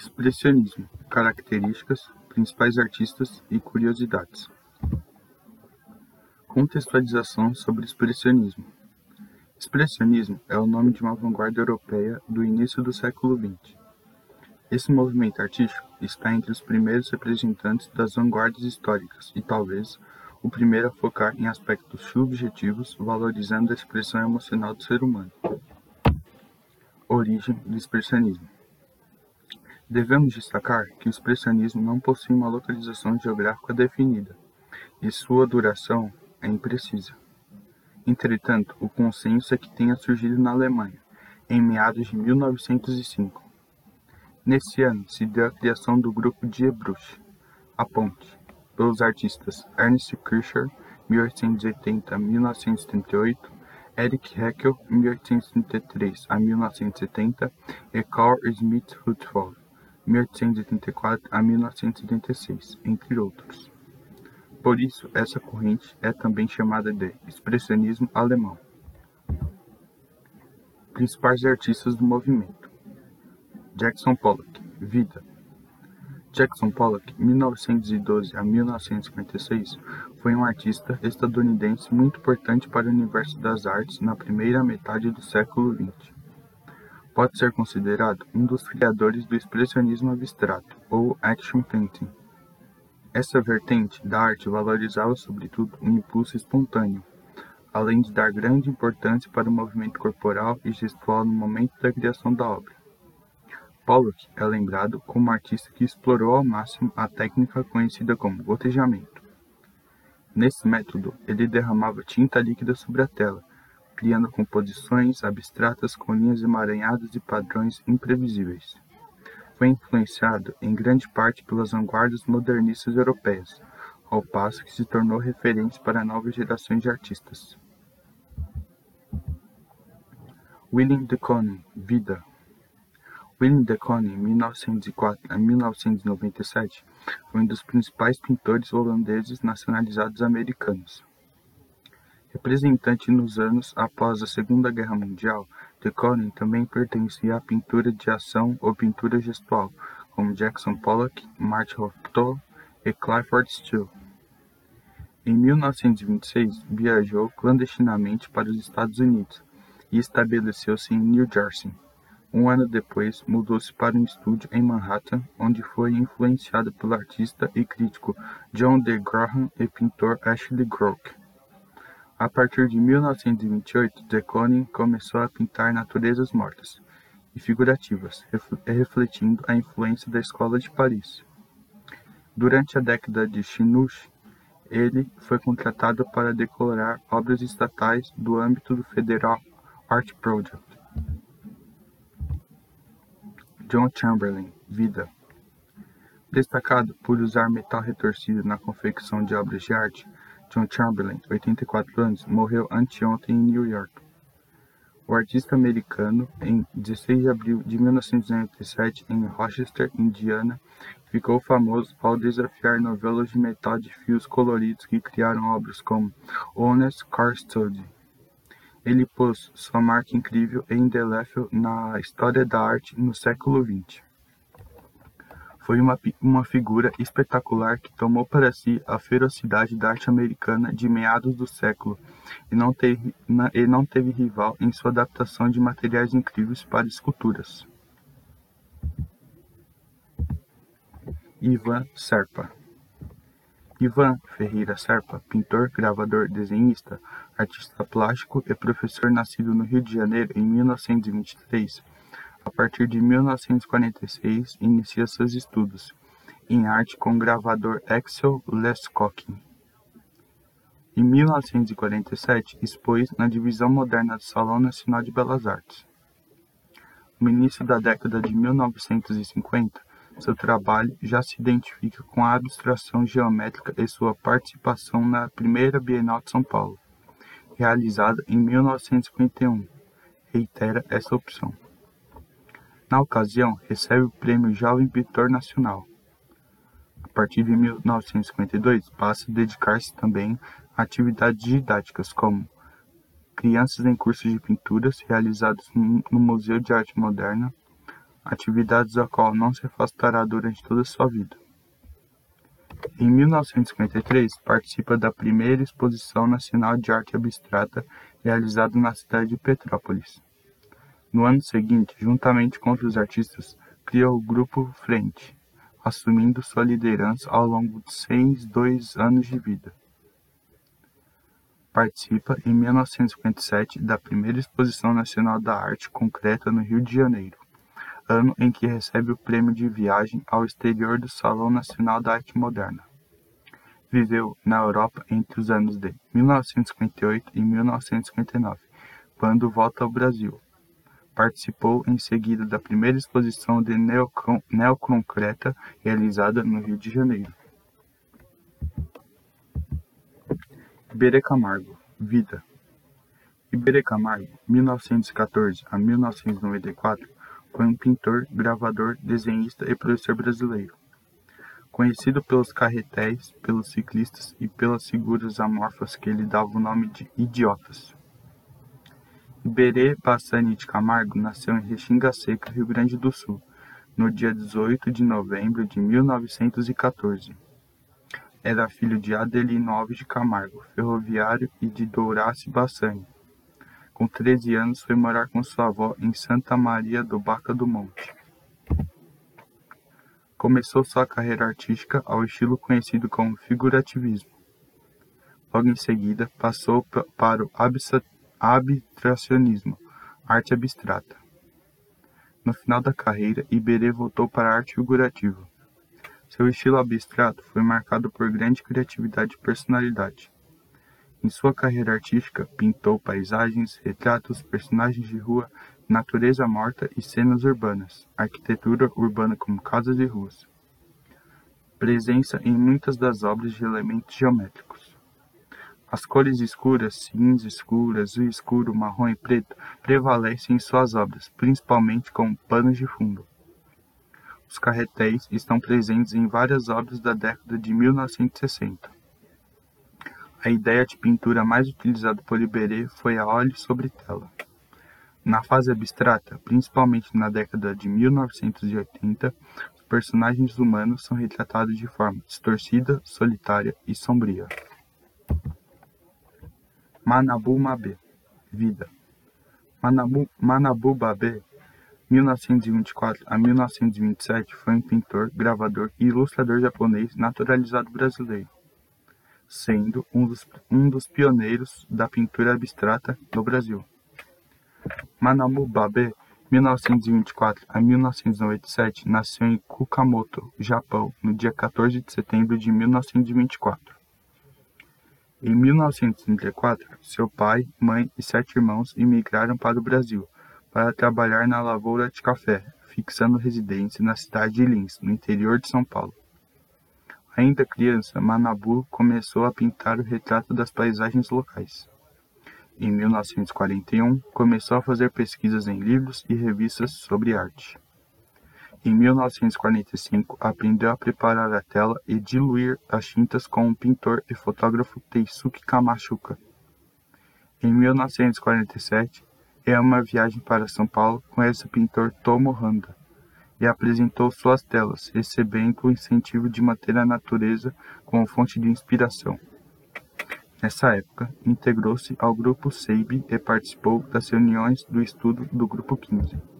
Expressionismo: características, principais artistas e curiosidades. Contextualização sobre expressionismo. Expressionismo é o nome de uma vanguarda europeia do início do século XX. Esse movimento artístico está entre os primeiros representantes das vanguardas históricas e, talvez, o primeiro a focar em aspectos subjetivos, valorizando a expressão emocional do ser humano. Origem do expressionismo. Devemos destacar que o expressionismo não possui uma localização geográfica definida, e sua duração é imprecisa. Entretanto, o consenso é que tenha surgido na Alemanha, em meados de 1905. Nesse ano, se deu a criação do grupo Die Brücke, a ponte, pelos artistas Ernst Kircher, 1880-1938, Erich Heckel, 1833 a 1970, e Carl Schmitt Hutzfeld, 1884 a 1976, entre outros. Por isso, essa corrente é também chamada de expressionismo alemão. Principais artistas do movimento: Jackson Pollock, vida. Jackson Pollock, 1912 a 1956, foi um artista estadunidense muito importante para o universo das artes na primeira metade do século XX. Pode ser considerado um dos criadores do expressionismo abstrato, ou action painting. Essa vertente da arte valorizava sobretudo o impulso espontâneo, além de dar grande importância para o movimento corporal e gestual no momento da criação da obra. Pollock é lembrado como um artista que explorou ao máximo a técnica conhecida como gotejamento. Nesse método, ele derramava tinta líquida sobre a tela, criando composições abstratas com linhas emaranhadas e padrões imprevisíveis. Foi influenciado em grande parte pelas vanguardas modernistas europeias, ao passo que se tornou referência para novas gerações de artistas. Willem de Kooning, vida. Willem de Kooning, 1904 a 1997, foi um dos principais pintores holandeses nacionalizados americanos. Representante nos anos após a Segunda Guerra Mundial, de Kooning também pertencia à pintura de ação ou pintura gestual, como Jackson Pollock, Martin Rothko e Clyfford Still. Em 1926, viajou clandestinamente para os Estados Unidos e estabeleceu-se em New Jersey. Um ano depois, mudou-se para um estúdio em Manhattan, onde foi influenciado pelo artista e crítico John D. Graham e pintor Ashley Groke. A partir de 1928, de Kooning começou a pintar naturezas mortas e figurativas, refletindo a influência da Escola de Paris. Durante a década de Chinoosh, ele foi contratado para decorar obras estatais do âmbito do Federal Art Project. John Chamberlain, vida. Destacado por usar metal retorcido na confecção de obras de arte, John Chamberlain, 84 anos, morreu anteontem em New York. O artista americano, em 16 de abril de 1997, em Rochester, Indiana, ficou famoso ao desafiar novelos de metal de fios coloridos que criaram obras como Honest Car Study. Ele pôs sua marca incrível e indelével na história da arte no século XX. Foi uma figura espetacular que tomou para si a ferocidade da arte americana de meados do século e não teve rival em sua adaptação de materiais incríveis para esculturas. Ivan Serpa. Ivan Ferreira Serpa, pintor, gravador, desenhista, artista plástico e professor nascido no Rio de Janeiro em 1923. A partir de 1946, inicia seus estudos em arte com o gravador Axel Leskokin. Em 1947, expôs na divisão moderna do Salão Nacional de Belas Artes. No início da década de 1950, seu trabalho já se identifica com a abstração geométrica e sua participação na primeira Bienal de São Paulo, realizada em 1951, reitera essa opção. Na ocasião, recebe o Prêmio Jovem Pintor Nacional. A partir de 1952, passa a dedicar-se também a atividades didáticas, como crianças em cursos de pinturas realizados no Museu de Arte Moderna, atividades da qual não se afastará durante toda a sua vida. Em 1953, participa da primeira Exposição Nacional de Arte Abstrata realizada na cidade de Petrópolis. No ano seguinte, juntamente com outros artistas, cria o Grupo Frente, assumindo sua liderança ao longo de 102 anos de vida. Participa, em 1957, da primeira Exposição Nacional da Arte Concreta no Rio de Janeiro, ano em que recebe o prêmio de viagem ao exterior do Salão Nacional da Arte Moderna. Viveu na Europa entre os anos de 1958 e 1959, quando volta ao Brasil. Participou em seguida da primeira exposição de neoconcreta realizada no Rio de Janeiro. Iberê Camargo, vida. Iberê Camargo, 1914 a 1994, foi um pintor, gravador, desenhista e professor brasileiro. Conhecido pelos carretéis, pelos ciclistas e pelas figuras amorfas que lhe davam o nome de idiotas. Iberê Bassani de Camargo nasceu em Restinga Seca, Rio Grande do Sul, no dia 18 de novembro de 1914. Era filho de Adelino Alves de Camargo, ferroviário, e de Dourace Bassani. Com 13 anos, foi morar com sua avó em Santa Maria do Baca do Monte. Começou sua carreira artística ao estilo conhecido como figurativismo. Logo em seguida, passou para o abstracionismo, arte abstrata. No final da carreira, Iberê voltou para a arte figurativa. Seu estilo abstrato foi marcado por grande criatividade e personalidade. Em sua carreira artística, pintou paisagens, retratos, personagens de rua, natureza morta e cenas urbanas, arquitetura urbana como casas e ruas. Presença em muitas das obras de elementos geométricos. As cores escuras, cinza escuro, azul escuro, marrom e preto, prevalecem em suas obras, principalmente como panos de fundo. Os carretéis estão presentes em várias obras da década de 1960. A ideia de pintura mais utilizada por Iberê foi a óleo sobre tela. Na fase abstrata, principalmente na década de 1980, os personagens humanos são retratados de forma distorcida, solitária e sombria. Manabu Mabê, vida. Manabu Mabê, 1924 a 1927, foi um pintor, gravador e ilustrador japonês naturalizado brasileiro, sendo um dos pioneiros da pintura abstrata no Brasil. Manabu Mabê, 1924 a 1997, nasceu em Kukamoto, Japão, no dia 14 de setembro de 1924. Em 1934, seu pai, mãe e 7 irmãos imigraram para o Brasil para trabalhar na lavoura de café, fixando residência na cidade de Lins, no interior de São Paulo. Ainda criança, Manabu começou a pintar o retrato das paisagens locais. Em 1941, começou a fazer pesquisas em livros e revistas sobre arte. Em 1945, aprendeu a preparar a tela e diluir as tintas com o pintor e fotógrafo Teisuke Kamashuka. Em 1947, em uma viagem para São Paulo, conhece o pintor Tomo Handa e apresentou suas telas, recebendo o incentivo de manter a natureza como fonte de inspiração. Nessa época, integrou-se ao Grupo Seibi e participou das reuniões do estudo do Grupo 15.